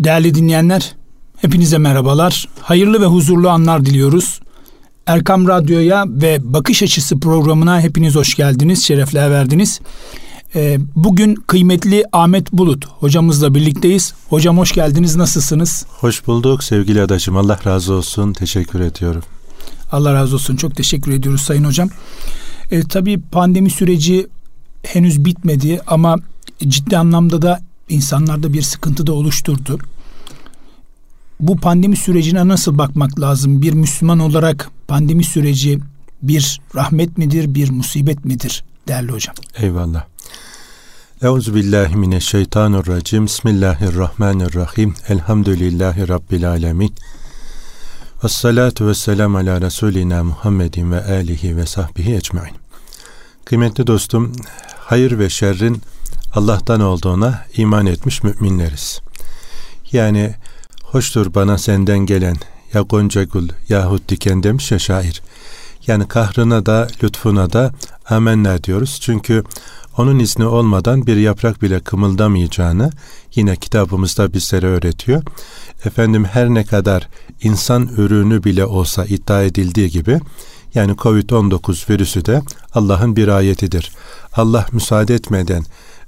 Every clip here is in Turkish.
Değerli dinleyenler, hepinize merhabalar. Hayırlı ve huzurlu anlar diliyoruz. Erkam Radyo'ya ve Bakış Açısı programına hepiniz hoş geldiniz, şerefler verdiniz. Bugün kıymetli Ahmet Bulut hocamızla birlikteyiz. Hocam hoş geldiniz, nasılsınız? Hoş bulduk sevgili adaşım, Allah razı olsun, teşekkür ediyorum. Allah razı olsun, çok teşekkür ediyoruz sayın hocam. Tabii pandemi süreci henüz bitmedi ama ciddi anlamda da insanlarda bir sıkıntı da oluşturdu. Bu pandemi sürecine nasıl bakmak lazım? Bir Müslüman olarak pandemi süreci bir rahmet midir, bir musibet midir değerli hocam? Eyvallah. Euzubillahimineşşeytanirracim. Bismillahirrahmanirrahim. Elhamdülillahi Rabbil alemin. Vessalatu vesselam ala Resulina Muhammedin ve alihi ve sahbihi ecmain. Kıymetli dostum, hayır ve şerrin Allah'tan olduğuna iman etmiş müminleriz. Yani hoştur bana senden gelen ya gonca gül yahut diken demiş ya şair. Yani kahrına da lütfuna da amenna diyoruz. Çünkü onun izni olmadan bir yaprak bile kımıldamayacağını yine kitabımızda bizlere öğretiyor. Efendim her ne kadar insan ürünü bile olsa iddia edildiği gibi yani Covid-19 virüsü de Allah'ın bir ayetidir. Allah müsaade etmeden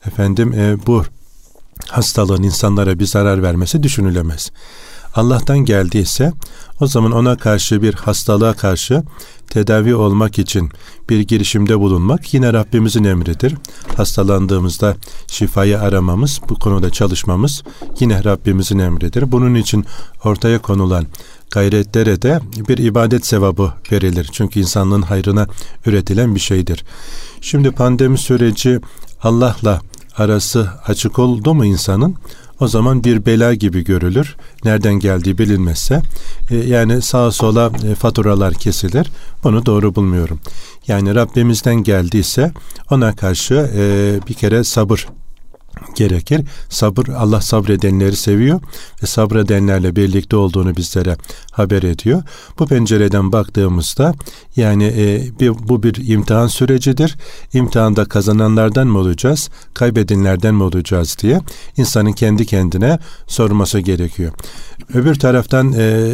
bu hastalığın insanlara bir zarar vermesi düşünülemez. Allah'tan geldiyse o zaman ona karşı bir hastalığa karşı tedavi olmak için bir girişimde bulunmak yine Rabbimizin emridir. Hastalandığımızda şifayı aramamız, bu konuda çalışmamız yine Rabbimizin emridir. Bunun için ortaya konulan gayretlere de bir ibadet sevabı verilir. Çünkü insanlığın hayrına üretilen bir şeydir. Şimdi pandemi süreci Allah'la arası açık oldu mu insanın, o zaman bir bela gibi görülür. Nereden geldiği bilinmezse yani sağa sola faturalar kesilir. Bunu doğru bulmuyorum. Yani Rabbimizden geldiyse ona karşı bir kere sabır gerekir. Sabır, Allah sabredenleri seviyor ve sabredenlerle birlikte olduğunu bizlere haber ediyor. Bu pencereden baktığımızda yani bu bir imtihan sürecidir. İmtihanda kazananlardan mı olacağız, kaybedenlerden mi olacağız diye insanın kendi kendine sorması gerekiyor. Öbür taraftan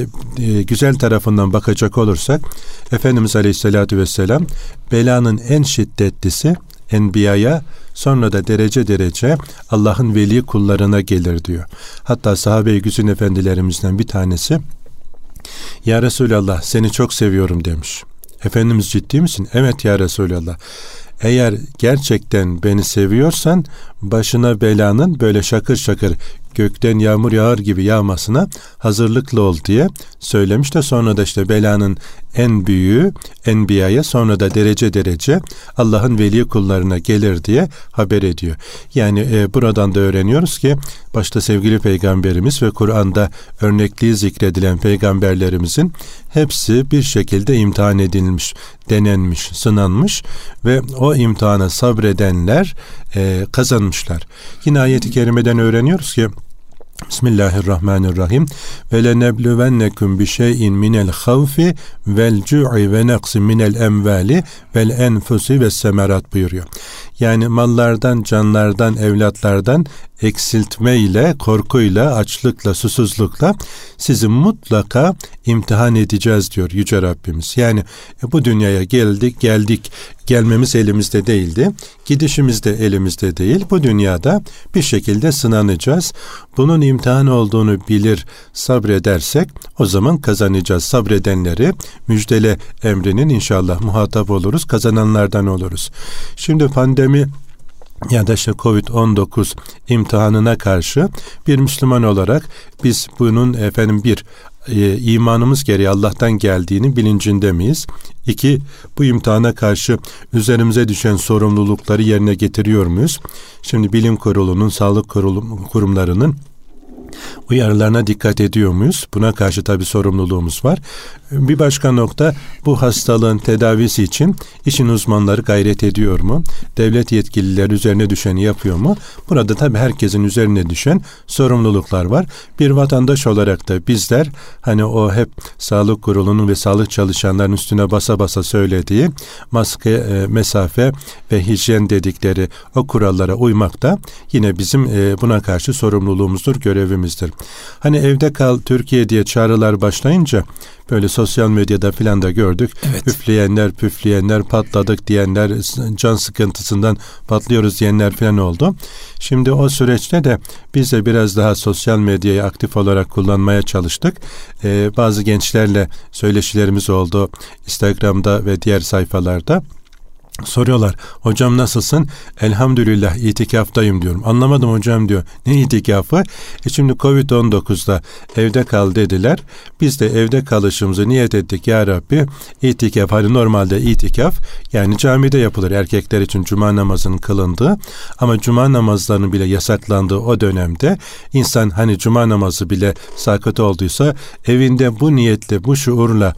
güzel tarafından bakacak olursak Efendimiz Aleyhisselatü Vesselam belanın en şiddetlisi Enbiya'ya, sonra da derece derece Allah'ın veli kullarına gelir diyor. Hatta sahabe-i güzin efendilerimizden bir tanesi ya Resulallah seni çok seviyorum demiş. Efendimiz ciddi misin? Evet ya Resulallah. Eğer gerçekten beni seviyorsan başına belanın böyle şakır şakır gökten yağmur yağar gibi yağmasına hazırlıklı ol diye söylemiş de sonra da işte belanın en büyüğü Enbiya'ya, sonra da derece derece Allah'ın veli kullarına gelir diye haber ediyor. Yani buradan da öğreniyoruz ki başta sevgili peygamberimiz ve Kur'an'da örnekliği zikredilen peygamberlerimizin hepsi bir şekilde imtihan edilmiş, denenmiş, sınanmış ve o imtihana sabredenler kazanmışlar. Yine ayet-i kerimeden öğreniyoruz ki Bismillahirrahmanirrahim. Ve lenebluvennekum bi şey'in minel havfi vel cu'i ve naqsin minel emvali vel enfusi ve semerat buyuruyor. Yani mallardan, canlardan, evlatlardan eksiltmeyle, korkuyla, açlıkla, susuzlukla sizi mutlaka imtihan edeceğiz diyor Yüce Rabbimiz. Yani bu dünyaya geldik. Gelmemiz elimizde değildi. Gidişimiz de elimizde değil. Bu dünyada bir şekilde sınanacağız. Bunun imtihan olduğunu bilir, sabredersek o zaman kazanacağız. Sabredenleri müjdele emrinin inşallah muhatap oluruz, kazananlardan oluruz. Şimdi pandemi ya da işte Covid-19 imtihanına karşı bir Müslüman olarak biz bunun imanımız gereği Allah'tan geldiğini bilincinde miyiz? 2, bu imtihana karşı üzerimize düşen sorumlulukları yerine getiriyor muyuz? Şimdi bilim kurulunun, sağlık kurumlarının uyarılarına dikkat ediyor muyuz? Buna karşı tabii sorumluluğumuz var. Bir başka nokta, bu hastalığın tedavisi için işin uzmanları gayret ediyor mu? Devlet yetkilileri üzerine düşeni yapıyor mu? Burada tabii herkesin üzerine düşen sorumluluklar var. Bir vatandaş olarak da bizler o hep sağlık kurulunun ve sağlık çalışanlarının üstüne basa basa söylediği maske, mesafe ve hijyen dedikleri o kurallara uymak da yine bizim buna karşı sorumluluğumuzdur, görevimizdir. Hani evde kal Türkiye diye çağrılar başlayınca böyle sosyal medyada filan da gördük. Evet. Püfleyenler, patladık diyenler, can sıkıntısından patlıyoruz diyenler filan oldu. Şimdi o süreçte de biz de biraz daha sosyal medyayı aktif olarak kullanmaya çalıştık. Bazı gençlerle söyleşilerimiz oldu. Instagram'da ve diğer sayfalarda. Soruyorlar, hocam nasılsın? Elhamdülillah itikaftayım diyorum. Anlamadım hocam diyor. Ne itikafı? Şimdi Covid-19'da evde kal dediler. Biz de evde kalışımızı niyet ettik, ya Rabbi itikaf, hani normalde itikaf yani camide yapılır erkekler için cuma namazının kılındığı, ama cuma namazlarının bile yasaklandığı o dönemde insan hani cuma namazı bile sakıt olduysa evinde bu niyetle, bu şuurla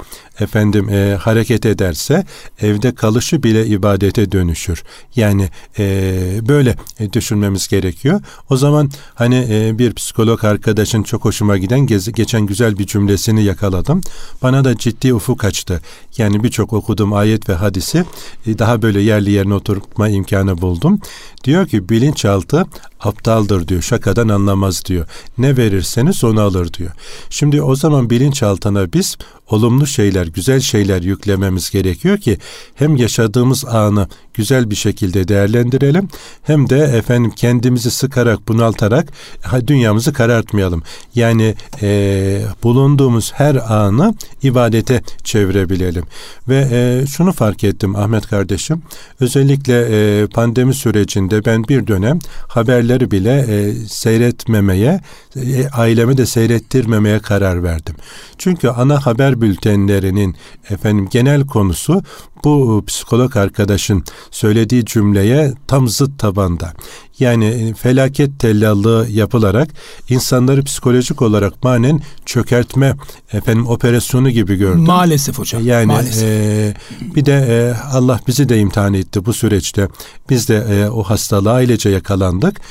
hareket ederse evde kalışı bile ibadete dönüşür. Yani böyle düşünmemiz gerekiyor. O zaman hani bir psikolog arkadaşın çok hoşuma giden geçen güzel bir cümlesini yakaladım. Bana da ciddi ufuk açtı. Yani birçok okuduğum ayet ve hadisi daha böyle yerli yerine oturtma imkanı buldum. Diyor ki bilinçaltı aptaldır diyor. Şakadan anlamaz diyor. Ne verirseniz onu alır diyor. Şimdi o zaman bilinçaltına biz olumlu şeyler, güzel şeyler yüklememiz gerekiyor ki hem yaşadığımız anı güzel bir şekilde değerlendirelim, hem de kendimizi sıkarak, bunaltarak dünyamızı karartmayalım. Yani bulunduğumuz her anı ibadete çevirebilelim. Ve şunu fark ettim Ahmet kardeşim, özellikle pandemi sürecinde ben bir dönem haberleri bile seyretmemeye, ailemi de seyrettirmemeye karar verdim. Çünkü ana haber bültenlerinin genel konusu bu psikolog arkadaşın söylediği cümleye tam zıt tabanda. Yani felaket tellallığı yapılarak insanları psikolojik olarak manen çökertme operasyonu gibi gördüm. Maalesef hocam. Yani maalesef. Bir de Allah bizi de imtihan etti bu süreçte. Biz de o hastalığa ailece yakalandık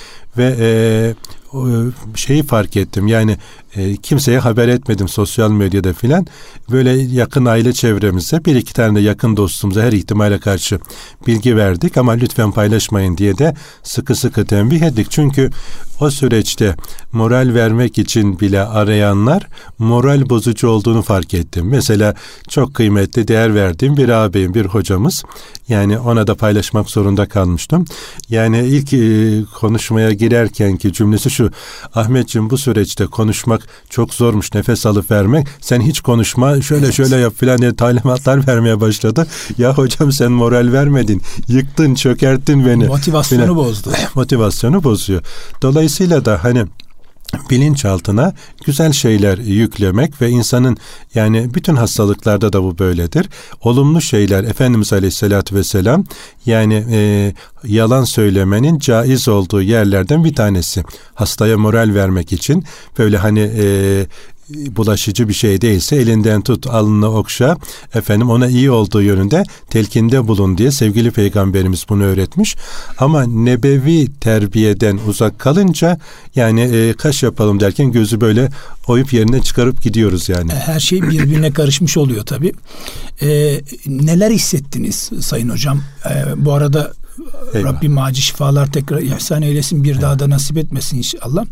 ve şeyi fark ettim. Yani kimseye haber etmedim sosyal medyada filan. Böyle yakın aile çevremize, bir iki tane de yakın dostumuza her ihtimale karşı bilgi verdik, ama lütfen paylaşmayın diye de sıkı sıkı tembih ettik. Çünkü o süreçte moral vermek için bile arayanlar moral bozucu olduğunu fark ettim. Mesela çok kıymetli, değer verdiğim bir ağabeyim, bir hocamız. Yani ona da paylaşmak zorunda kalmıştım. Yani ilk konuşmaya girerkenki cümlesi şu: Ahmetciğim, bu süreçte konuşmak çok zormuş, nefes alıp vermek. Sen hiç konuşma, şöyle yap filan diye talimatlar vermeye başladı. Ya hocam, sen moral vermedin, yıktın, çökerttin beni. Motivasyonu bozdu. Motivasyonu bozuyor. Dolayısıyla da hani bilinçaltına güzel şeyler yüklemek ve insanın, yani bütün hastalıklarda da bu böyledir. Olumlu şeyler, Efendimiz Aleyhisselatü Vesselam yani yalan söylemenin caiz olduğu yerlerden bir tanesi. Hastaya moral vermek için böyle hani bulaşıcı bir şey değilse elinden tut, alnını okşa, ona iyi olduğu yönünde telkinde bulun diye sevgili Peygamberimiz bunu öğretmiş. Ama nebevi terbiyeden uzak kalınca yani kaş yapalım derken gözü böyle oyup yerine çıkarıp gidiyoruz yani. Her şey birbirine karışmış oluyor tabii. Neler hissettiniz Sayın Hocam? Bu arada eyvallah. Rabbim acil şifalar tekrar ihsan eylesin, bir daha da nasip etmesin inşallah.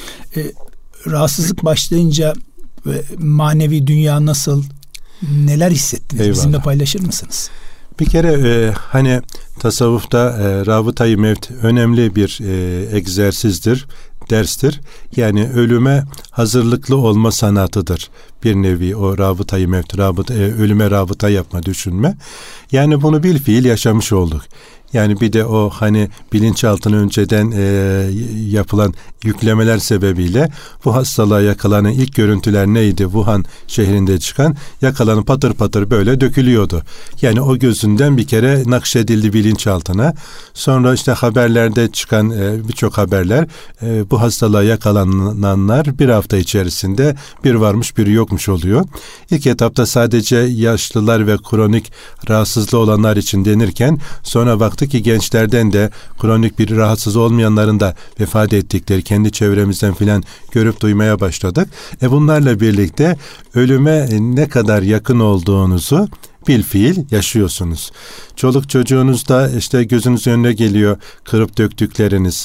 Rahatsızlık başlayınca manevi dünya nasıl, neler hissettiniz? Eyvallah. Bizimle paylaşır mısınız? Bir kere hani tasavvufta rabıta-i mevt önemli bir egzersizdir, derstir. Yani ölüme hazırlıklı olma sanatıdır. Bir nevi o rabıta-i mevt, ölüme rabıta yapma, düşünme. Yani bunu bilfiil yaşamış olduk. Yani bir de o hani bilinçaltına önceden yapılan yüklemeler sebebiyle bu hastalığa yakalanan ilk görüntüler neydi? Wuhan şehrinde çıkan, yakalanıp patır patır böyle dökülüyordu. Yani o gözünden bir kere nakşedildi bilinçaltına. Sonra işte haberlerde çıkan birçok haberler, bu hastalığa yakalananlar bir hafta içerisinde bir varmış bir yokmuş oluyor. İlk etapta sadece yaşlılar ve kronik rahatsızlığı olanlar için denirken sonra baktık ki gençlerden de kronik bir rahatsız olmayanların da vefat ettikleri kendi çevremizden filan görüp duymaya başladık. Bunlarla birlikte ölüme ne kadar yakın olduğunuzu bilfiil yaşıyorsunuz. Çoluk çocuğunuz da işte gözünüz önüne geliyor, kırıp döktükleriniz.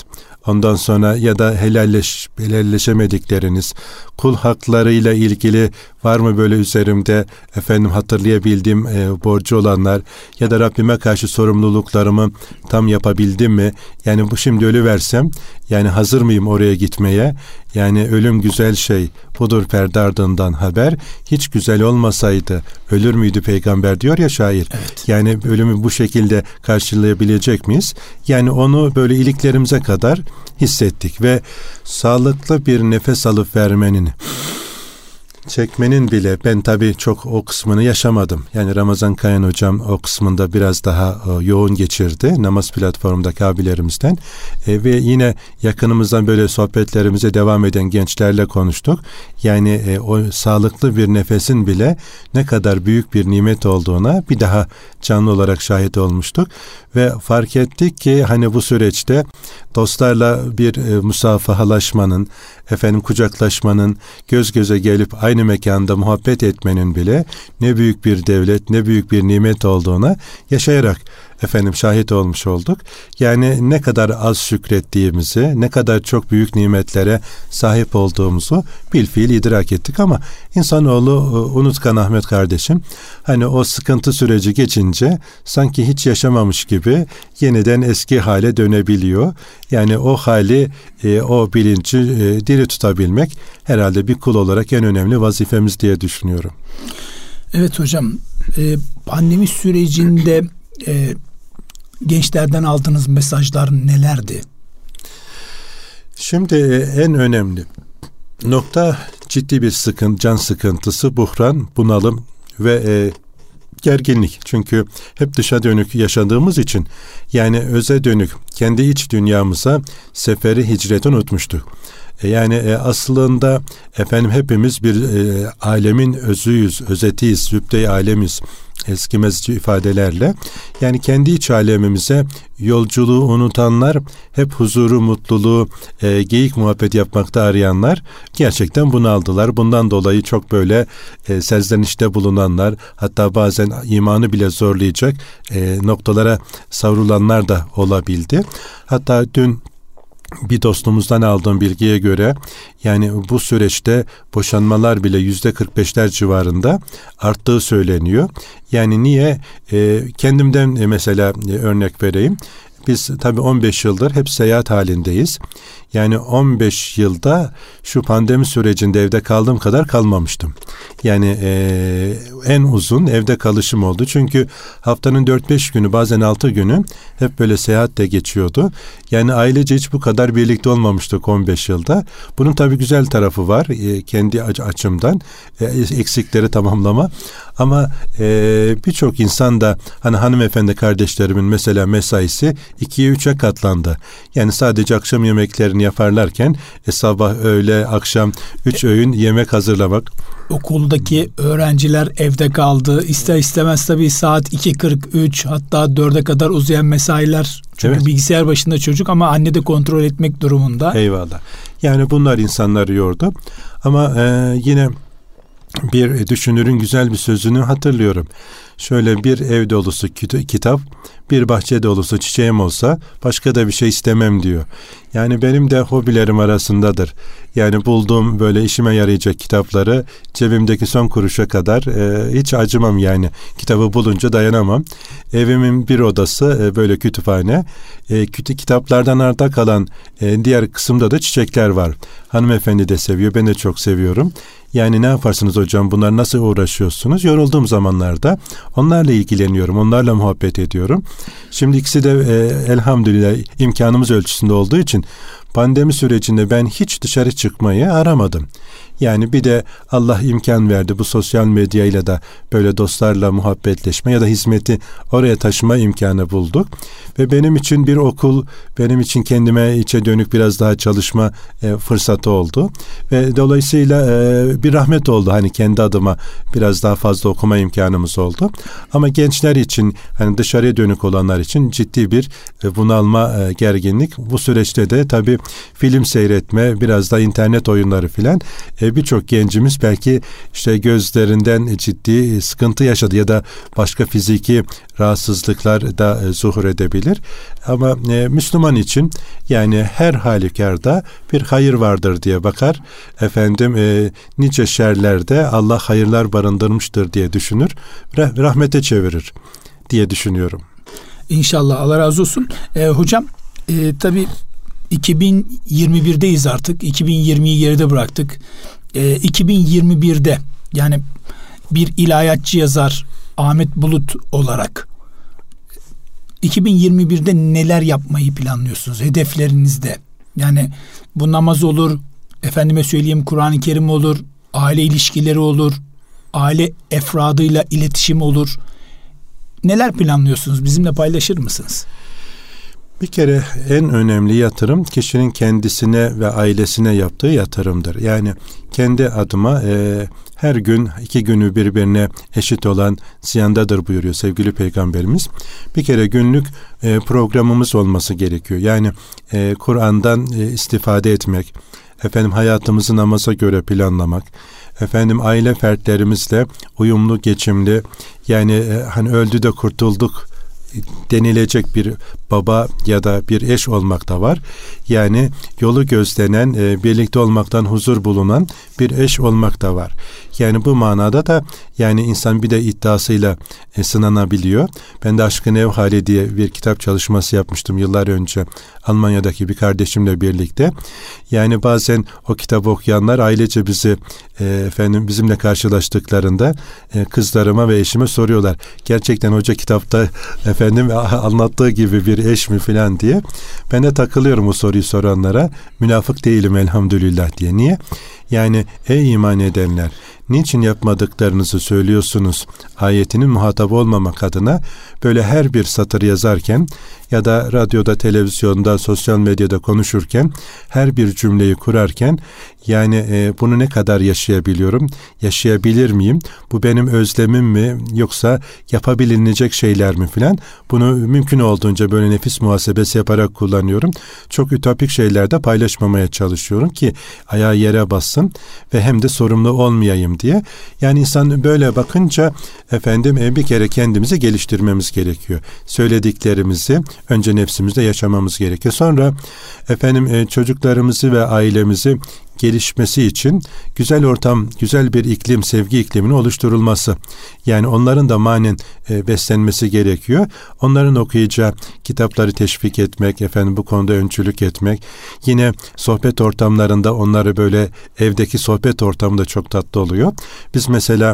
ondan sonra ya da helalleşemedikleriniz, kul haklarıyla ilgili var mı böyle üzerimde hatırlayabildiğim borcu olanlar ya da Rabbime karşı sorumluluklarımı tam yapabildim mi? Yani bu şimdi ölüversem yani hazır mıyım oraya gitmeye? Yani ölüm güzel şey, budur perde ardından haber. Hiç güzel olmasaydı ölür müydü peygamber diyor ya şair. Evet. Yani ölümü bu şekilde karşılayabilecek miyiz? Yani onu böyle iliklerimize kadar hissettik ve sağlıklı bir nefes alıp vermenin, çekmenin bile ben tabii çok o kısmını yaşamadım. Yani Ramazan Kayan hocam o kısmında biraz daha yoğun geçirdi namaz platformundaki abilerimizden. Ve yine yakınımızdan böyle sohbetlerimize devam eden gençlerle konuştuk. Yani o sağlıklı bir nefesin bile ne kadar büyük bir nimet olduğuna bir daha canlı olarak şahit olmuştuk. Ve fark ettik ki hani bu süreçte dostlarla bir musafahalaşmanın, kucaklaşmanın, göz göze gelip aynı mekanda muhabbet etmenin bile ne büyük bir devlet, ne büyük bir nimet olduğuna yaşayarak şahit olmuş olduk. Yani ne kadar az şükrettiğimizi, ne kadar çok büyük nimetlere sahip olduğumuzu bilfiil idrak ettik ama insanoğlu unutkan Ahmet kardeşim. Hani o sıkıntı süreci geçince sanki hiç yaşamamış gibi yeniden eski hale dönebiliyor. Yani o hali, o bilinci diri tutabilmek herhalde bir kul olarak en önemli vazifemiz diye düşünüyorum. Evet hocam, pandemi sürecinde gençlerden aldığınız mesajlar nelerdi? Şimdi en önemli nokta ciddi bir can sıkıntısı, buhran, bunalım ve gerginlik. Çünkü hep dışa dönük yaşadığımız için yani öze dönük kendi iç dünyamıza seferi, hicreti unutmuştuk. Yani aslında hepimiz bir alemin özüyüz, özetiyiz, zübde-i alemiz eskimezci ifadelerle. Yani kendi iç alemimize yolculuğu unutanlar, hep huzuru, mutluluğu, geyik muhabbet yapmakta arayanlar gerçekten bunaldılar. Bundan dolayı çok böyle serzenişte bulunanlar, hatta bazen imanı bile zorlayacak noktalara savrulanlar da olabildi. Hatta dün bir dostumuzdan aldığım bilgiye göre yani bu süreçte boşanmalar bile %45'ler civarında arttığı söyleniyor. Yani niye? Kendimden mesela örnek vereyim. Biz tabii 15 yıldır hep seyahat halindeyiz. Yani 15 yılda şu pandemi sürecinde evde kaldığım kadar kalmamıştım. Yani en uzun evde kalışım oldu. Çünkü haftanın 4-5 günü, bazen 6 günü hep böyle seyahatle geçiyordu. Yani ailece hiç bu kadar birlikte olmamıştık 15 yılda. Bunun tabii güzel tarafı var kendi açımdan. Eksikleri tamamlama. Ama birçok insan da hani hanımefendi kardeşlerimin mesela mesaisi 2'ye 3'e katlandı. Yani sadece akşam yemeklerini yaparlarken sabah, öğle, akşam 3 öğün yemek hazırlamak. Okuldaki öğrenciler evde kaldı. İster istemez tabii saat 2.43 hatta 4'e kadar uzayan mesailer. Çünkü evet, bilgisayar başında çocuk ama anne de kontrol etmek durumunda. Eyvallah. Yani bunlar insanları yordu. Ama yine bir düşünürün güzel bir sözünü hatırlıyorum. Şöyle bir ev dolusu kitap, bir bahçe dolusu çiçeğim olsa başka da bir şey istemem diyor. Yani benim de hobilerim arasındadır. Yani bulduğum böyle işime yarayacak kitapları cebimdeki son kuruşa kadar hiç acımam yani. Kitabı bulunca dayanamam. Evimin bir odası böyle kütüphane. Kitaplardan arta kalan diğer kısımda da çiçekler var. Hanımefendi de seviyor, ben de çok seviyorum. Yani ne yaparsınız hocam, bunlar nasıl uğraşıyorsunuz? Yorulduğum zamanlarda onlarla ilgileniyorum, onlarla muhabbet ediyorum. Şimdi ikisi de elhamdülillah imkanımız ölçüsünde olduğu için pandemi sürecinde ben hiç dışarı çıkmayı aramadım. Yani bir de Allah imkan verdi, bu sosyal medyayla da böyle dostlarla muhabbetleşme ya da hizmeti oraya taşıma imkanı bulduk. Ve benim için bir okul, benim için kendime içe dönük biraz daha çalışma fırsatı oldu. Ve dolayısıyla bir rahmet oldu, hani kendi adıma biraz daha fazla okuma imkanımız oldu. Ama gençler için, hani dışarıya dönük olanlar için ciddi bir bunalma, gerginlik. Bu süreçte de tabii film seyretme, biraz da internet oyunları filan. Birçok gencimiz belki işte gözlerinden ciddi sıkıntı yaşadı ya da başka fiziki rahatsızlıklar da zuhur edebilir. Ama Müslüman için yani her halükarda bir hayır vardır diye bakar. Nice şerlerde Allah hayırlar barındırmıştır diye düşünür. Rahmete çevirir diye düşünüyorum. İnşallah, Allah razı olsun. Hocam tabii 2021'deyiz artık. 2020'yi geride bıraktık. 2021'de yani bir ilahiyatçı yazar Ahmet Bulut olarak 2021'de neler yapmayı planlıyorsunuz? Hedeflerinizde. Yani bu namaz olur, efendime söyleyeyim Kur'an-ı Kerim olur, aile ilişkileri olur, aile efradıyla iletişim olur. Neler planlıyorsunuz? Bizimle paylaşır mısınız? Bir kere en önemli yatırım kişinin kendisine ve ailesine yaptığı yatırımdır. Yani kendi adıma her gün 2 günü birbirine eşit olan ziyandadır buyuruyor sevgili Peygamberimiz. Bir kere günlük programımız olması gerekiyor. Yani Kur'an'dan istifade etmek, hayatımızı namaza göre planlamak, aile fertlerimizle uyumlu, geçimli, yani hani öldü de kurtulduk denilecek bir baba ya da bir eş olmak da var. Yani yolu gözlenen, birlikte olmaktan huzur bulunan bir eş olmak da var. Yani bu manada da yani insan bir de iddiasıyla sınanabiliyor. Ben de Aşk-ı Nevhali diye bir kitap çalışması yapmıştım yıllar önce Almanya'daki bir kardeşimle birlikte. Yani bazen o kitabı okuyanlar ailece bizi bizimle karşılaştıklarında kızlarıma ve eşime soruyorlar. Gerçekten hoca kitapta anlattığı gibi bir eş mi falan diye. Ben de takılıyorum o soruyu soranlara. Münafık değilim elhamdülillah diye. Niye? Yani ey iman edenler, niçin yapmadıklarınızı söylüyorsunuz ayetinin muhatabı olmamak adına böyle her bir satır yazarken ya da radyoda, televizyonda, sosyal medyada konuşurken her bir cümleyi kurarken yani bunu ne kadar yaşayabiliyorum, yaşayabilir miyim, bu benim özlemim mi yoksa yapabilinecek şeyler mi filan, bunu mümkün olduğunca böyle nefis muhasebesi yaparak kullanıyorum. Çok ütopik şeyler de paylaşmamaya çalışıyorum ki ayağı yere bassın ve hem de sorumlu olmayayım diye. Yani insan böyle bakınca bir kere kendimizi geliştirmemiz gerekiyor. Söylediklerimizi önce nefsimizde yaşamamız gerekiyor. Sonra çocuklarımızı ve ailemizi gelişmesi için güzel ortam, güzel bir iklim, sevgi ikliminin oluşturulması. Yani onların da manen beslenmesi gerekiyor. Onların okuyacağı kitapları teşvik etmek, bu konuda öncülük etmek. Yine sohbet ortamlarında onları böyle evdeki sohbet ortamı da çok tatlı oluyor. Biz mesela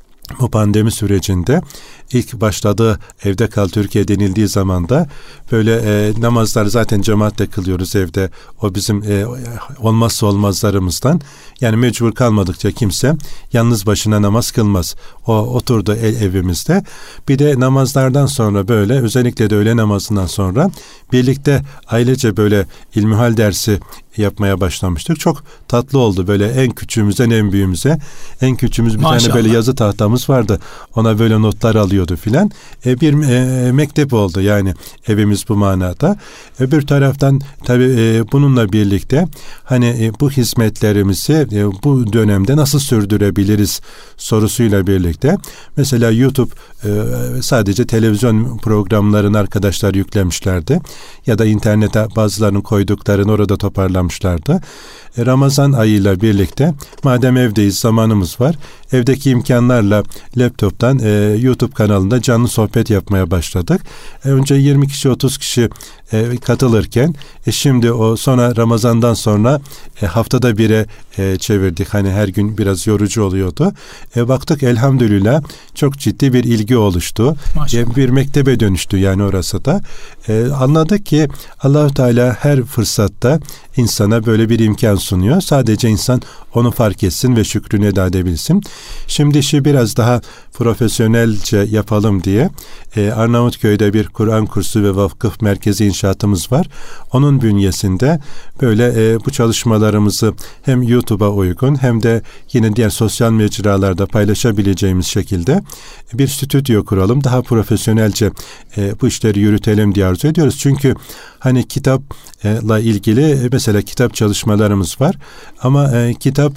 bu pandemi sürecinde ilk başladığı evde kal Türkiye denildiği zaman da böyle namazları zaten cemaatle kılıyoruz evde. O bizim olmazsa olmazlarımızdan. Yani mecbur kalmadıkça kimse yalnız başına namaz kılmaz. O oturdu evimizde. Bir de namazlardan sonra böyle özellikle de öğle namazından sonra birlikte ailece böyle ilmihal dersi yapmaya başlamıştık. Çok tatlı oldu. Böyle en küçüğümüzden en büyüğümüze. En küçüğümüz bir Maşallah. tane böyle yazı tahtamız vardı. Ona böyle notlar alıyordu filan. Bir mektep oldu yani evimiz bu manada. Öbür taraftan tabii bununla birlikte bu hizmetlerimizi bu dönemde nasıl sürdürebiliriz sorusuyla birlikte mesela YouTube sadece televizyon programlarını arkadaşlar yüklemişlerdi. Ya da internete bazılarının koyduklarını orada toparlamışlardı. Ramazan ayıyla birlikte madem evdeyiz, zamanımız var, evdeki imkanlarla laptoptan YouTube kanalında canlı sohbet yapmaya başladık. Önce 20 kişi 30 kişi katılırken şimdi o sonra Ramazan'dan sonra haftada bire çevirdik. Her gün biraz yorucu oluyordu. Baktık elhamdülillah çok ciddi bir ilgi oluştu. Bir mektebe dönüştü yani orası da. Anladık ki Allah-u Teala her fırsatta insana böyle bir imkan sunuyor. Sadece insan onu fark etsin ve şükrünü eda edebilsin. Şimdi işi biraz daha profesyonelce yapalım diye Arnavutköy'de bir Kur'an kursu ve vakıf merkezi inşaatımız var. Onun bünyesinde böyle bu çalışmalarımızı hem YouTube'a uygun hem de yine diğer sosyal mecralarda paylaşabileceğimiz şekilde bir stüdyo kuralım. Daha profesyonelce bu işleri yürütelim diye arzu ediyoruz. Çünkü hani kitapla ilgili mesela kitap çalışmalarımız var. Ama kitap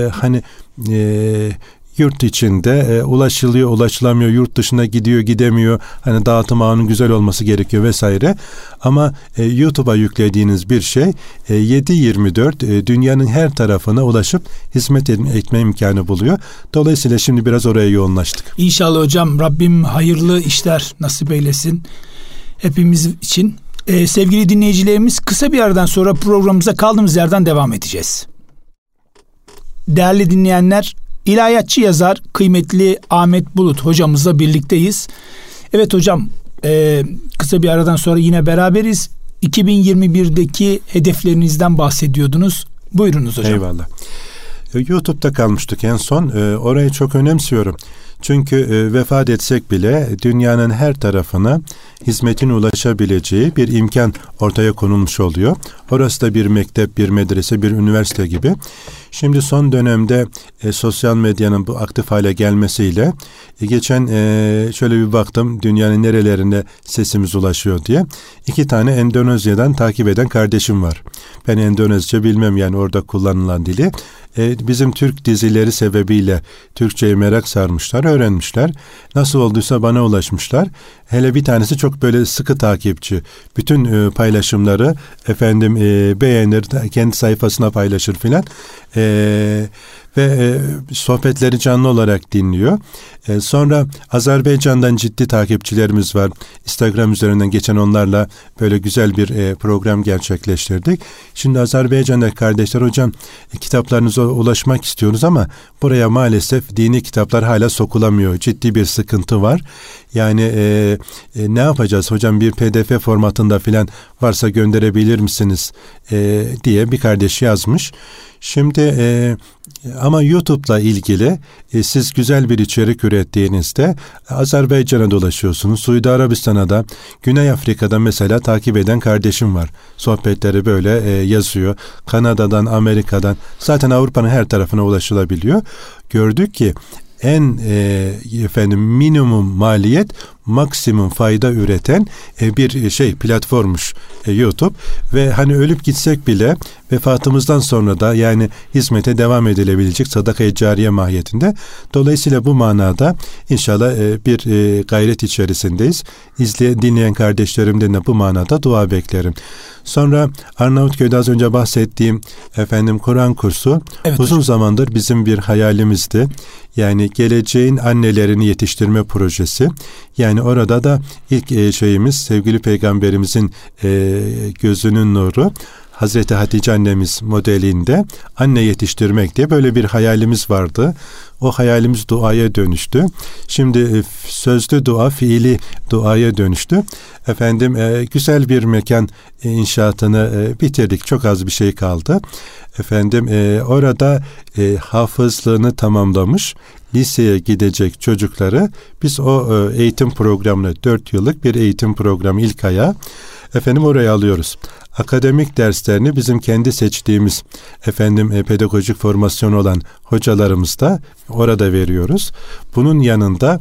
yurt içinde ulaşılıyor, ulaşılamıyor, yurt dışına gidiyor, gidemiyor. Hani dağıtım ağının güzel olması gerekiyor vesaire. Ama YouTube'a yüklediğiniz bir şey 7/24 dünyanın her tarafına ulaşıp hizmet etme imkanı buluyor. Dolayısıyla şimdi biraz oraya yoğunlaştık. İnşallah hocam, Rabbim hayırlı işler nasip eylesin hepimiz için. Sevgili dinleyicilerimiz, kısa bir aradan sonra programımıza kaldığımız yerden devam edeceğiz. Değerli dinleyenler, ilahiyatçı yazar kıymetli Ahmet Bulut hocamızla birlikteyiz. Evet hocam, kısa bir aradan sonra yine beraberiz. 2021'deki hedeflerinizden bahsediyordunuz. Buyurunuz hocam. Eyvallah. YouTube'da kalmıştık en son. Orayı çok önemsiyorum. Çünkü vefat etsek bile dünyanın her tarafına hizmetin ulaşabileceği bir imkan ortaya konulmuş oluyor. Orası da bir mektep, bir medrese, bir üniversite gibi. Şimdi son dönemde sosyal medyanın bu aktif hale gelmesiyle geçen şöyle bir baktım dünyanın nerelerine sesimiz ulaşıyor diye. 2 tane Endonezya'dan takip eden kardeşim var. Ben Endonezce bilmem, yani orada kullanılan dili. Bizim Türk dizileri sebebiyle Türkçe'ye merak sarmışlar, öğrenmişler. Nasıl olduysa bana ulaşmışlar. Hele bir tanesi çok böyle sıkı takipçi. Bütün paylaşımları beğenir, kendi sayfasına paylaşır filan. Ve sohbetleri canlı olarak dinliyor. Sonra Azerbaycan'dan ciddi takipçilerimiz var. Instagram üzerinden geçen onlarla böyle güzel bir program gerçekleştirdik. Şimdi Azerbaycan'daki kardeşler, hocam kitaplarınıza ulaşmak istiyoruz ama buraya maalesef dini kitaplar hala sokulamıyor. Ciddi bir sıkıntı var. Yani ne yapacağız hocam, bir PDF formatında filan varsa gönderebilir misiniz diye bir kardeş yazmış. Şimdi ama YouTube'la ilgili siz güzel bir içerik ürettiğinizde Azerbaycan'a dolaşıyorsunuz. Suudi Arabistan'a da, Güney Afrika'da mesela takip eden kardeşim var. Sohbetleri böyle yazıyor. Kanada'dan, Amerika'dan, zaten Avrupa'nın her tarafına ulaşılabiliyor. Gördük ki minimum maliyet, maksimum fayda üreten bir platformmuş YouTube. Ve hani ölüp gitsek bile vefatımızdan sonra da yani hizmete devam edilebilecek sadaka-i cariye mahiyetinde. Dolayısıyla bu manada inşallah bir gayret içerisindeyiz. Dinleyen kardeşlerimden de bu manada dua beklerim. Sonra Arnavutköy'de az önce bahsettiğim Kur'an kursu, evet, uzun zamandır bizim bir hayalimizdi. Yani geleceğin annelerini yetiştirme projesi. Yani orada da ilk şeyimiz sevgili Peygamberimizin gözünün nuru, Hazreti Hatice annemiz modelinde anne yetiştirmek diye böyle bir hayalimiz vardı. O hayalimiz duaya dönüştü. Şimdi sözlü dua, fiili duaya dönüştü. Güzel bir mekan inşaatını bitirdik. Çok az bir şey kaldı. Orada hafızlığını tamamlamış, liseye gidecek çocukları biz o eğitim programını, 4 yıllık bir eğitim programı ilk ayağı oraya alıyoruz. Akademik derslerini bizim kendi seçtiğimiz pedagojik formasyon olan hocalarımız da orada veriyoruz. Bunun yanında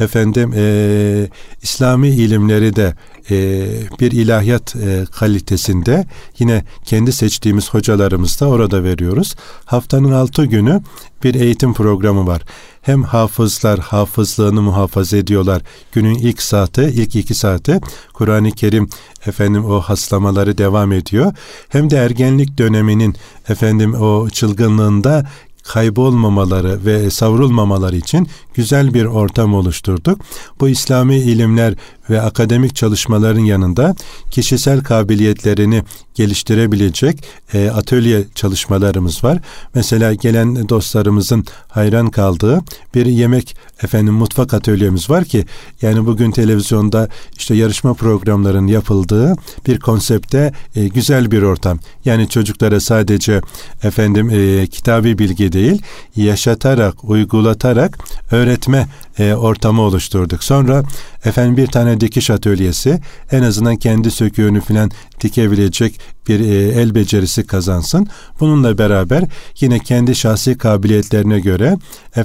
İslami ilimleri de bir ilahiyat kalitesinde yine kendi seçtiğimiz hocalarımız da orada veriyoruz. Haftanın 6 günü bir eğitim programı var. Hem hafızlar hafızlığını muhafaza ediyorlar. Günün ilk 2 saati Kur'an-ı Kerim o haslamaları devam ediyor. Hem de ergenlik döneminin o çılgınlığında kaybolmamaları ve savrulmamaları için güzel bir ortam oluşturduk. Bu İslami ilimler ve akademik çalışmaların yanında kişisel kabiliyetlerini geliştirebilecek atölye çalışmalarımız var. Mesela gelen dostlarımızın hayran kaldığı bir yemek mutfak atölyemiz var ki yani bugün televizyonda işte yarışma programlarının yapıldığı bir konsepte güzel bir ortam. Yani çocuklara sadece kitabi bilgi değil, yaşatarak, uygulatarak öğretme ortamı oluşturduk. Sonra bir tane dikiş atölyesi, en azından kendi söküğünü falan dikebilecek bir el becerisi kazansın. Bununla beraber yine kendi şahsi kabiliyetlerine göre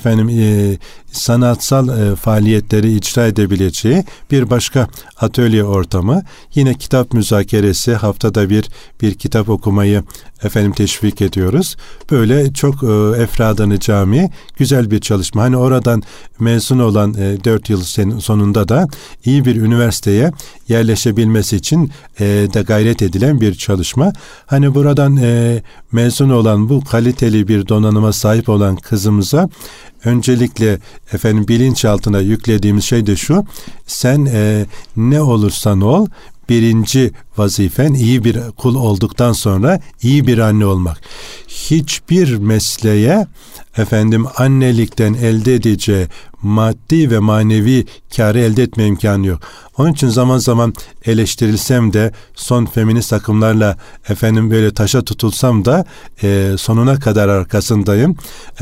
sanatsal faaliyetleri icra edebileceği bir başka atölye ortamı. Yine kitap müzakeresi, haftada bir kitap okumayı teşvik ediyoruz. Böyle çok efradını cami, güzel bir çalışma. Hani oradan mezun olan 4 yıl sonunda da iyi bir üniversiteye yerleşebilmesi için de gayret edilen bir çalışma. Hani buradan mezun olan bu kaliteli bir donanıma sahip olan kızımıza öncelikle bilinçaltına yüklediğimiz şey de şu: sen ne olursan ol, birinci vazifen iyi bir kul olduktan sonra iyi bir anne olmak. Hiçbir mesleğe annelikten elde edeceği maddi ve manevi kârı elde etme imkanı yok. Onun için zaman zaman eleştirilsem de, son feminist akımlarla böyle taşa tutulsam da sonuna kadar arkasındayım.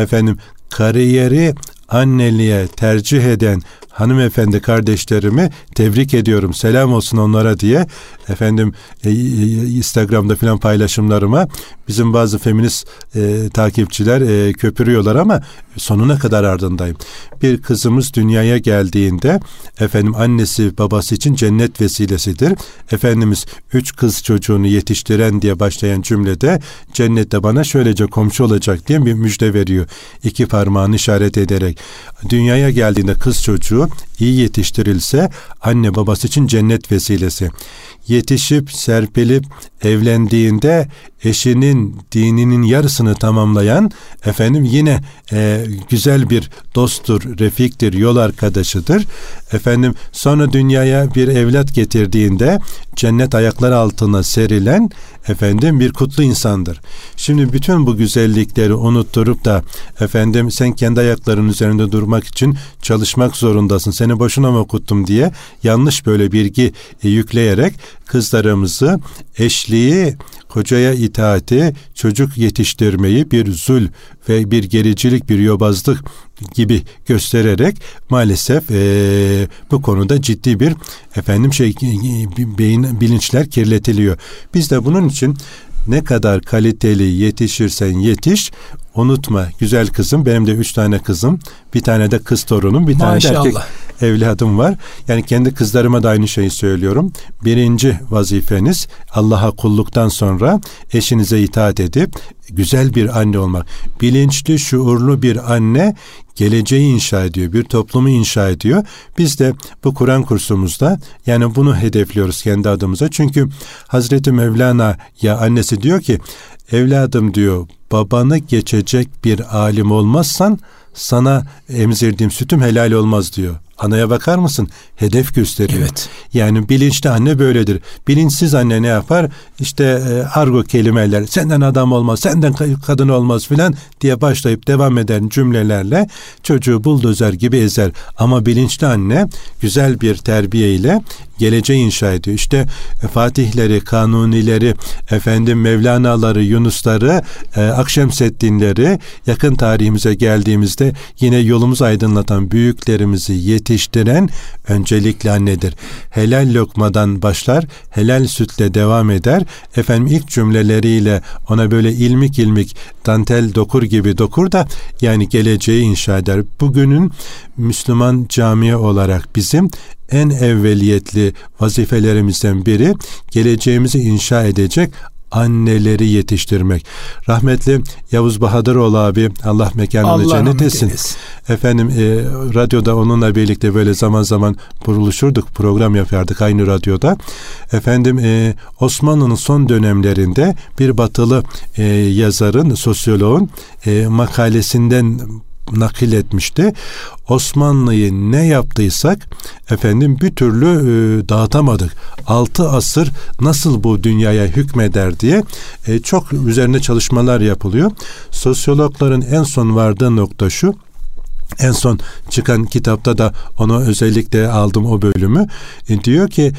Kariyeri anneliğe tercih eden hanımefendi kardeşlerimi tebrik ediyorum. Selam olsun onlara diye Instagram'da filan paylaşımlarıma bizim bazı feminist takipçiler köpürüyorlar ama sonuna kadar ardındayım. Bir kızımız dünyaya geldiğinde annesi babası için cennet vesilesidir. Efendimiz 3 kız çocuğunu yetiştiren diye başlayan cümlede cennette bana şöylece komşu olacak diye bir müjde veriyor. 2 parmağını işaret ederek. Dünyaya geldiğinde kız çocuğu iyi yetiştirilse anne babası için cennet vesilesi. Yetişip serpilip evlendiğinde eşinin dininin yarısını tamamlayan yine güzel bir dosttur, refiktir, yol arkadaşıdır. Sonra dünyaya bir evlat getirdiğinde cennet ayakları altına serilen bir kutlu insandır. Şimdi bütün bu güzellikleri unutturup da sen kendi ayaklarının üzerinde durmak için çalışmak zorundasın, seni boşuna mı okuttum diye yanlış böyle bilgi yükleyerek kızlarımızı eşliği, kocaya itaati, çocuk yetiştirmeyi bir zul ve bir gericilik, bir yobazlık gibi göstererek maalesef bu konuda ciddi bir beyin bilinçler kirletiliyor. Biz de bunun için ne kadar kaliteli yetişirsen yetiş, unutma güzel kızım, benim de 3 tane kızım, bir tane de kız torunum, bir tane de erkek evladım var. Yani kendi kızlarıma da aynı şeyi söylüyorum. Birinci vazifeniz Allah'a kulluktan sonra eşinize itaat edip güzel bir anne olmak. Bilinçli, şuurlu bir anne geleceği inşa ediyor, bir toplumu inşa ediyor. Biz de bu Kur'an kursumuzda yani bunu hedefliyoruz kendi adımıza. Çünkü Hazreti Mevlana ya annesi diyor ki, evladım diyor, babanı geçecek bir alim olmazsan sana emzirdiğim sütüm helal olmaz diyor. Anaya bakar mısın? Hedef gösteriyor. Evet. Yani bilinçli anne böyledir. Bilinçsiz anne ne yapar? İşte argo kelimeler, senden adam olmaz, senden kadın olmaz filan diye başlayıp devam eden cümlelerle çocuğu buldozer gibi ezer. Ama bilinçli anne güzel bir terbiyeyle geleceği inşa ediyor. İşte Fatihleri, Kanunileri, Mevlana'ları, Yunusları, Akşemseddinleri yakın tarihimize geldiğimizde yine yolumuzu aydınlatan büyüklerimizi yetiştiren öncelikle annedir. Helal lokmadan başlar, helal sütle devam eder. İlk cümleleriyle ona böyle ilmik ilmik dantel dokur gibi dokur da yani geleceği inşa eder. Bugünün Müslüman camiye olarak bizim en evveliyetli vazifelerimizden biri geleceğimizi inşa edecek anneleri yetiştirmek. Rahmetli Yavuz Bahadıroğlu abi, Allah mekanını cennet etsin. Radyoda onunla birlikte böyle zaman zaman buluşurduk, program yapardık aynı radyoda. Osmanlı'nın son dönemlerinde bir batılı yazarın, sosyoloğun makalesinden nakil etmişti. Osmanlı'yı ne yaptıysak bir türlü dağıtamadık. 6 asır nasıl bu dünyaya hükmeder diye çok üzerine çalışmalar yapılıyor. Sosyologların en son vardığı nokta şu. En son çıkan kitapta da onu özellikle aldım, o bölümü. Diyor ki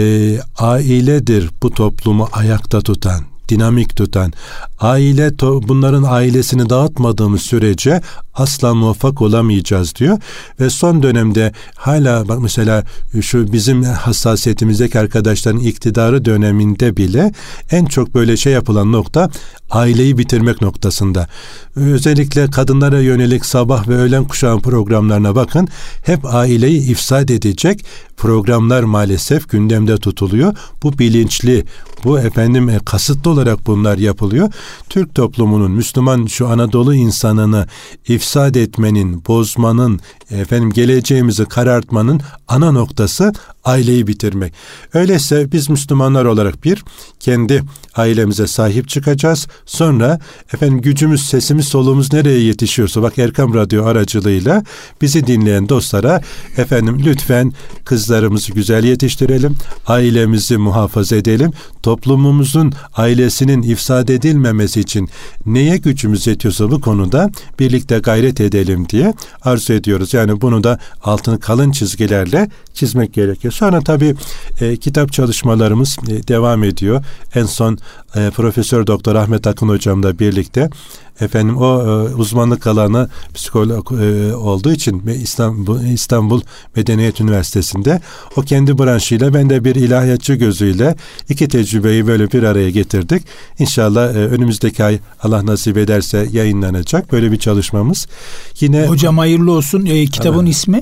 ailedir bu toplumu ayakta tutan, dinamik tutan. Bunların ailesini dağıtmadığımız sürece asla muvaffak olamayacağız diyor. Ve son dönemde hala bak mesela şu bizim hassasiyetimizdeki arkadaşların iktidarı döneminde bile en çok böyle yapılan nokta aileyi bitirmek noktasında. Özellikle kadınlara yönelik sabah ve öğlen kuşağı programlarına bakın. Hep aileyi ifsad edecek programlar maalesef gündemde tutuluyor. Bu bilinçli, bu kasıtlı olarak bunlar yapılıyor. Türk toplumunun, Müslüman şu Anadolu insanını ifsad etmenin, bozmanın, geleceğimizi karartmanın ana noktası aileyi bitirmek. Öyleyse biz Müslümanlar olarak kendi ailemize sahip çıkacağız. Sonra gücümüz, sesimiz, soluğumuz nereye yetişiyorsa, bak Erkam Radyo aracılığıyla bizi dinleyen dostlara lütfen kızlarımızı güzel yetiştirelim, ailemizi muhafaza edelim, toplumumuzun, ailesinin ifsad edilmemesi için neye gücümüz yetiyorsa bu konuda birlikte gayret edelim diye arzu ediyoruz. Yani bunu da altını kalın çizgilerle çizmek gerekiyor. Sonra tabii kitap çalışmalarımız devam ediyor. En son Profesör Doktor Ahmet Akın hocamla birlikte o uzmanlık alanı psikolog olduğu için İstanbul Medeniyet Üniversitesi'nde o kendi branşıyla, ben de bir ilahiyatçı gözüyle iki tecrübeyi böyle bir araya getirdik. İnşallah önümüzdeki ay Allah nasip ederse yayınlanacak böyle bir çalışmamız. Yine hocam hayırlı olsun. Kitabın ismi?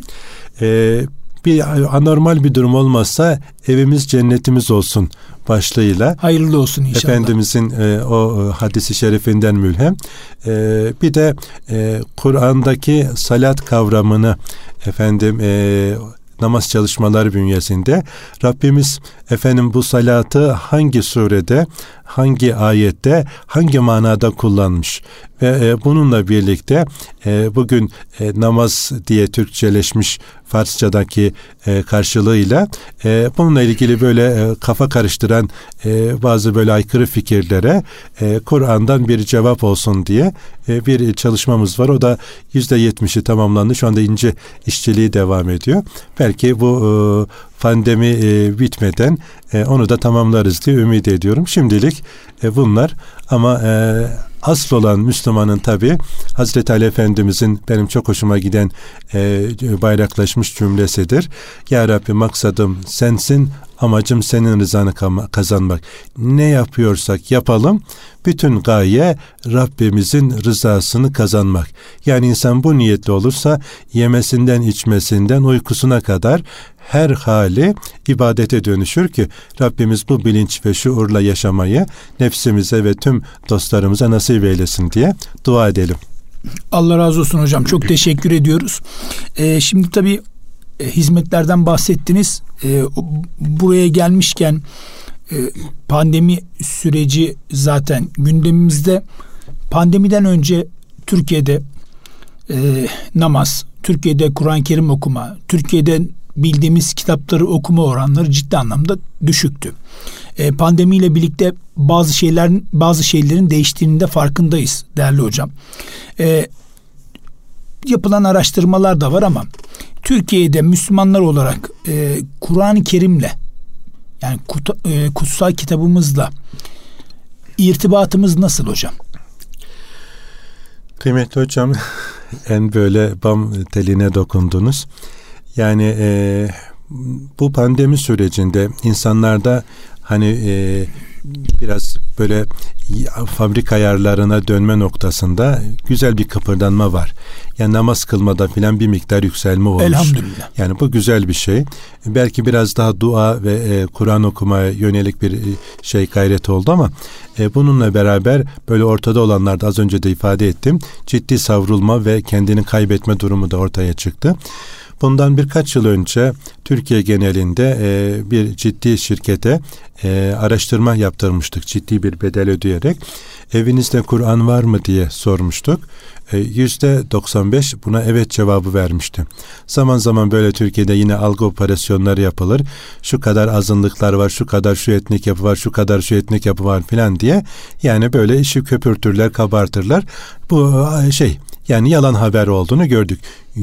Bir anormal bir durum olmazsa evimiz cennetimiz olsun başlığıyla. Hayırlı olsun inşallah. Efendimizin o hadisi şerifinden mülhem. Bir de Kur'an'daki salat kavramını namaz çalışmaları bünyesinde Rabbimiz bu salatı hangi surede, hangi ayette, hangi manada kullanmış ve bununla birlikte bugün namaz diye Türkçeleşmiş Farsçadaki karşılığıyla bununla ilgili böyle kafa karıştıran bazı böyle aykırı fikirlere Kur'an'dan bir cevap olsun diye bir çalışmamız var. O da %70'i tamamlandı. Şu anda ince işçiliği devam ediyor. Belki bu pandemi bitmeden onu da tamamlarız diye ümit ediyorum. Şimdilik bunlar ama asıl olan Müslümanın tabi Hazreti Ali Efendimizin benim çok hoşuma giden bayraklaşmış cümlesidir. Ya Rabbi maksadım sensin, amacım senin rızanı kazanmak. Ne yapıyorsak yapalım, bütün gaye Rabbimizin rızasını kazanmak. Yani insan bu niyetli olursa yemesinden, içmesinden, uykusuna kadar her hali ibadete dönüşür ki Rabbimiz bu bilinç ve şuurla yaşamayı nefsimize ve tüm dostlarımıza nasip eylesin diye dua edelim. Allah razı olsun hocam. Çok teşekkür ediyoruz. Şimdi tabii hizmetlerden bahsettiniz. Buraya gelmişken pandemi süreci zaten gündemimizde. Pandemiden önce Türkiye'de namaz, Türkiye'de Kur'an-ı Kerim okuma, Türkiye'de bildiğimiz kitapları okuma oranları ciddi anlamda düşüktü. Pandemiyle birlikte bazı şeylerin değiştiğinin de farkındayız değerli hocam. Yapılan araştırmalar da var ama Türkiye'de Müslümanlar olarak Kur'an-ı Kerim'le, yani kutsal kitabımızla irtibatımız nasıl hocam? Kıymetli hocam, en böyle bam teline dokundunuz. Yani bu pandemi sürecinde insanlarda biraz böyle fabrika ayarlarına dönme noktasında güzel bir kıpırdanma var. Yani namaz kılmada filan bir miktar yükselme olmuş. Elhamdülillah. Yani bu güzel bir şey. Belki biraz daha dua ve Kur'an okumaya yönelik bir gayret oldu ama bununla beraber böyle ortada olanlarda az önce de ifade ettim. Ciddi savrulma ve kendini kaybetme durumu da ortaya çıktı. Bundan birkaç yıl önce Türkiye genelinde bir ciddi şirkete araştırma yaptırmıştık. Ciddi bir bedel ödeyerek. Evinizde Kur'an var mı diye sormuştuk. %95 buna evet cevabı vermişti. Zaman zaman böyle Türkiye'de yine algı operasyonları yapılır. Şu kadar azınlıklar var, şu kadar şu etnik yapı var, şu kadar şu etnik yapı var filan diye. Yani böyle işi köpürtürler, kabartırlar. Bu yani yalan haber olduğunu gördük.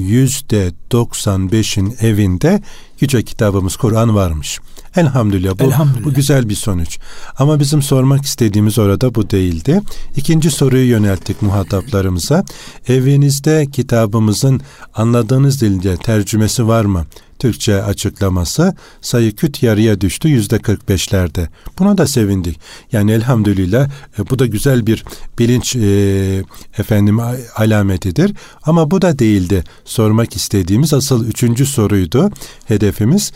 %95'in evinde Yüce Kitabımız Kur'an varmış. Elhamdülillah. Bu güzel bir sonuç. Ama bizim sormak istediğimiz orada bu değildi. İkinci soruyu yönelttik muhataplarımıza. Evinizde kitabımızın anladığınız dilde tercümesi var mı? Türkçe açıklaması, sayı küt yarıya düştü, %45'lerde. Buna da sevindik. Yani elhamdülillah bu da güzel bir bilinç alametidir. Ama bu da değildi. Sormak istediğimiz asıl 3. soruydu. Hedefimiz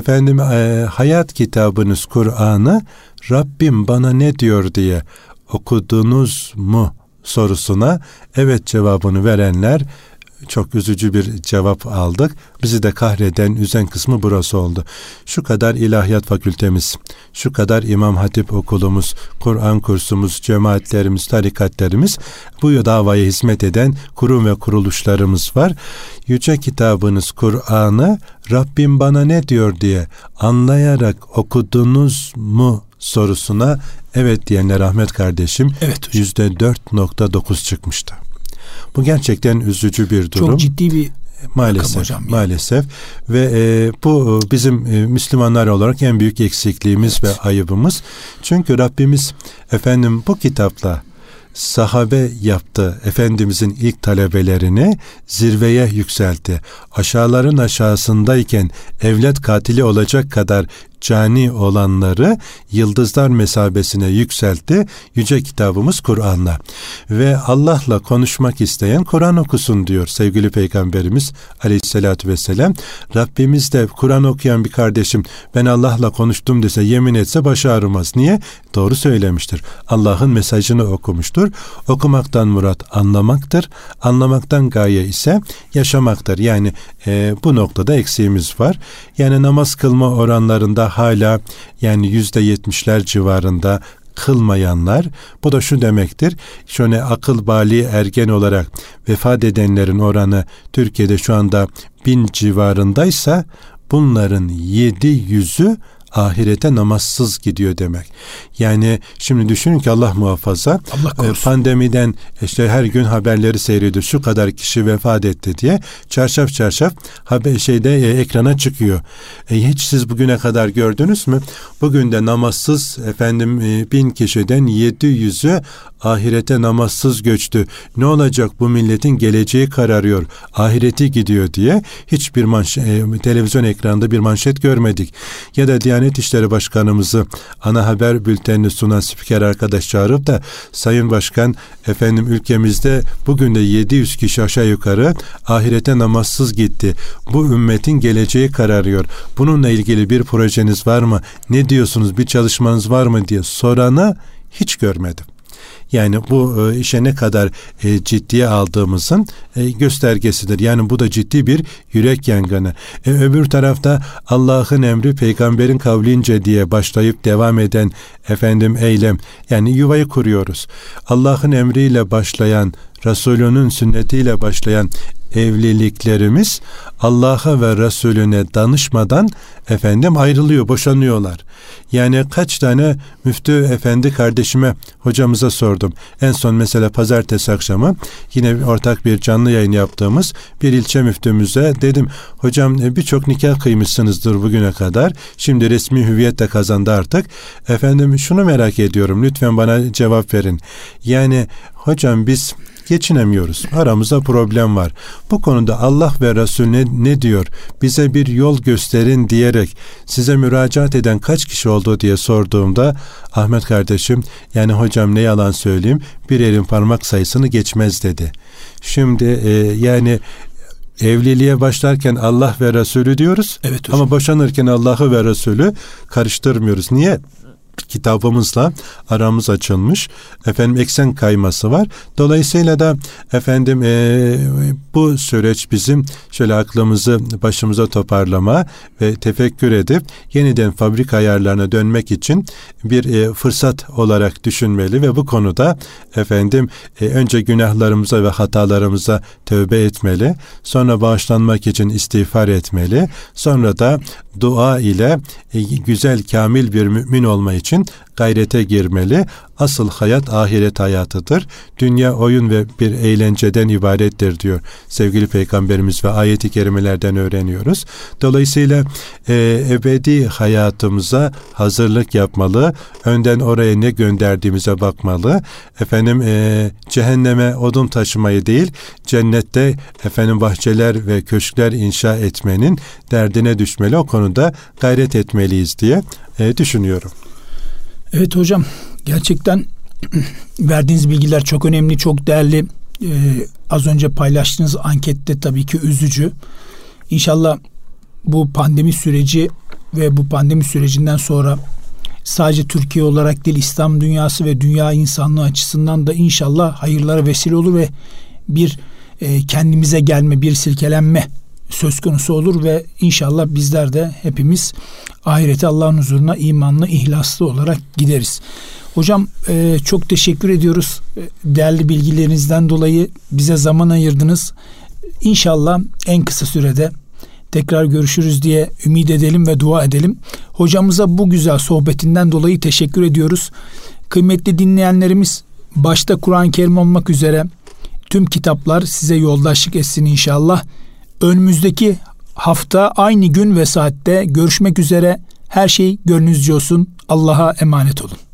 hayat kitabınız Kur'an'ı Rabbim bana ne diyor diye okudunuz mu sorusuna evet cevabını verenler, çok üzücü bir cevap aldık. Bizi de kahreden, üzen kısmı burası oldu. Şu kadar ilahiyat fakültemiz, şu kadar İmam Hatip okulumuz, Kur'an kursumuz, cemaatlerimiz, tarikatlerimiz, bu davaya hizmet eden kurum ve kuruluşlarımız var. Yüce Kitabınız Kur'an'ı Rabbim bana ne diyor diye anlayarak okudunuz mu sorusuna evet diyenler Ahmet kardeşim, evet %4.9 çıkmıştı. Bu gerçekten üzücü bir durum. Çok ciddi bir maalesef ve bu bizim Müslümanlar olarak en büyük eksikliğimiz ve ayıbımız. Çünkü Rabbimiz bu kitapla sahabe yaptı. Efendimizin ilk talebelerini zirveye yükseltti. Aşağıların aşağısındayken evlat katili olacak kadar cani olanları yıldızlar mesabesine yükseltti Yüce Kitabımız Kur'an'la. Ve Allah'la konuşmak isteyen Kur'an okusun diyor sevgili Peygamberimiz Aleyhisselatü Vesselam. Rabbimiz de Kur'an okuyan bir kardeşim ben Allah'la konuştum dese, yemin etse başı ağrımaz. Niye? Doğru söylemiştir. Allah'ın mesajını okumuştur. Okumaktan murat anlamaktır. Anlamaktan gaye ise yaşamaktır. Yani bu noktada eksiğimiz var. Yani namaz kılma oranlarında hala yani %70'ler civarında kılmayanlar, bu da şu demektir. Şöyle akıl bali ergen olarak vefat edenlerin oranı Türkiye'de şu anda 1000 civarındaysa bunların 700'ü ahirete namazsız gidiyor demek. Yani şimdi düşünün ki Allah muhafaza, pandemiden her gün haberleri seyrediyor. Şu kadar kişi vefat etti diye çarşaf ekrana çıkıyor. Hiç siz bugüne kadar gördünüz mü? Bugün de namazsız 1000 kişiden 700'ü ahirete namazsız göçtü. Ne olacak, bu milletin geleceği kararıyor, ahireti gidiyor diye hiçbir televizyon ekranında bir manşet görmedik. Ya da Diyanet İşleri Başkanımızı ana haber bültenini sunan spiker arkadaş çağırıp da Sayın Başkan ülkemizde bugün de 700 kişi aşağı yukarı ahirete namazsız gitti. Bu ümmetin geleceği kararıyor. Bununla ilgili bir projeniz var mı? Ne diyorsunuz? Bir çalışmanız var mı diye soranı hiç görmedim. Yani bu işe ne kadar ciddiye aldığımızın göstergesidir. Yani bu da ciddi bir yürek yangını. Öbür tarafta Allah'ın emri peygamberin kavlince diye başlayıp devam eden eylem. Yani yuvayı kuruyoruz. Allah'ın emriyle başlayan, Resulünün sünnetiyle başlayan evliliklerimiz Allah'a ve Resulüne danışmadan ayrılıyor, boşanıyorlar. Yani kaç tane müftü efendi kardeşime, hocamıza sordum. En son mesela pazartesi akşamı yine ortak bir canlı yayın yaptığımız bir ilçe müftümüze dedim. Hocam birçok nikah kıymışsınızdır bugüne kadar. Şimdi resmi hüviyet de kazandı artık. Şunu merak ediyorum. Lütfen bana cevap verin. Yani hocam biz geçinemiyoruz. Aramızda problem var. Bu konuda Allah ve Resul ne diyor? Bize bir yol gösterin diyerek size müracaat eden kaç kişi oldu diye sorduğumda Ahmet kardeşim, yani hocam ne yalan söyleyeyim, bir elin parmak sayısını geçmez dedi. Şimdi yani evliliğe başlarken Allah ve Resulü diyoruz. Evet hocam. Ama boşanırken Allah'ı ve Resulü karıştırmıyoruz. Niye? kitabımızla aramız açılmış. Eksen kayması var. Dolayısıyla da bu süreç bizim şöyle aklımızı başımıza toparlama ve tefekkür edip yeniden fabrika ayarlarına dönmek için bir fırsat olarak düşünmeli ve bu konuda önce günahlarımıza ve hatalarımıza tövbe etmeli. Sonra bağışlanmak için istiğfar etmeli. Sonra da dua ile güzel, kamil bir mümin olma için gayrete girmeli. Asıl hayat ahiret hayatıdır. Dünya oyun ve bir eğlenceden ibarettir diyor sevgili Peygamberimiz ve ayet-i kerimelerden öğreniyoruz. Dolayısıyla ebedi hayatımıza hazırlık yapmalı. Önden oraya ne gönderdiğimize bakmalı. Cehenneme odun taşımayı değil, cennette bahçeler ve köşkler inşa etmenin derdine düşmeli. O konuda gayret etmeliyiz diye düşünüyorum. Evet hocam, gerçekten verdiğiniz bilgiler çok önemli, çok değerli. Az önce paylaştığınız ankette tabii ki üzücü. İnşallah bu pandemi süreci ve bu pandemi sürecinden sonra sadece Türkiye olarak değil, İslam dünyası ve dünya insanlığı açısından da inşallah hayırlara vesile olur ve bir kendimize gelme, bir silkelenme söz konusu olur ve inşallah bizler de hepimiz ahirete Allah'ın huzuruna imanlı, ihlaslı olarak gideriz. Hocam çok teşekkür ediyoruz. Değerli bilgilerinizden dolayı bize zaman ayırdınız. İnşallah en kısa sürede tekrar görüşürüz diye ümit edelim ve dua edelim. Hocamıza bu güzel sohbetinden dolayı teşekkür ediyoruz. Kıymetli dinleyenlerimiz, başta Kur'an-ı Kerim olmak üzere tüm kitaplar size yoldaşlık etsin inşallah. Önümüzdeki hafta aynı gün ve saatte görüşmek üzere. Her şey gönlünüzce olsun. Allah'a emanet olun.